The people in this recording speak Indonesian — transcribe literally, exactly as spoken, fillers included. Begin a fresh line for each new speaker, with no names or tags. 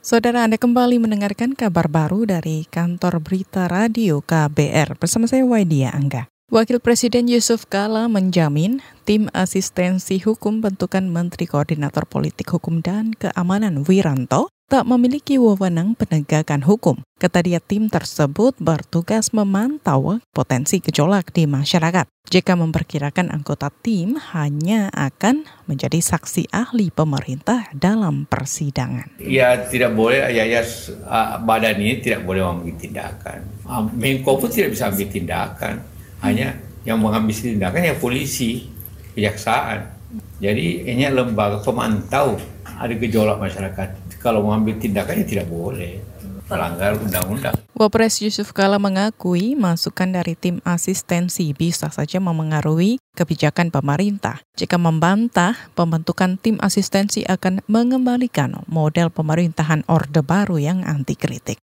Saudara, Anda kembali mendengarkan kabar baru dari kantor berita radio K B R. Bersama saya Waidia Angga. Wakil Presiden Yusuf Kala menjamin tim asistensi hukum bentukan Menteri Koordinator Politik Hukum dan Keamanan Wiranto tak memiliki wewenang penegakan hukum. Kata dia, tim tersebut bertugas memantau potensi gejolak di masyarakat. Jika memperkirakan anggota tim hanya akan menjadi saksi ahli pemerintah dalam persidangan.
Ya, tidak boleh ayas uh, badan ini tidak boleh mengambil tindakan. Uh, Menko pun tidak bisa ambil tindakan. Hanya yang mengambil tindakan ya polisi, kejaksaan. Jadi ini lembaga pemantau ada gejolak masyarakat. Kalau mengambil tindakan ya tidak boleh. Melanggar undang-undang.
Wapres Yusuf Kala mengakui masukan dari tim asistensi bisa saja memengaruhi kebijakan pemerintah. Jika membantah, pembentukan tim asistensi akan mengembalikan model pemerintahan Orde Baru yang anti kritik.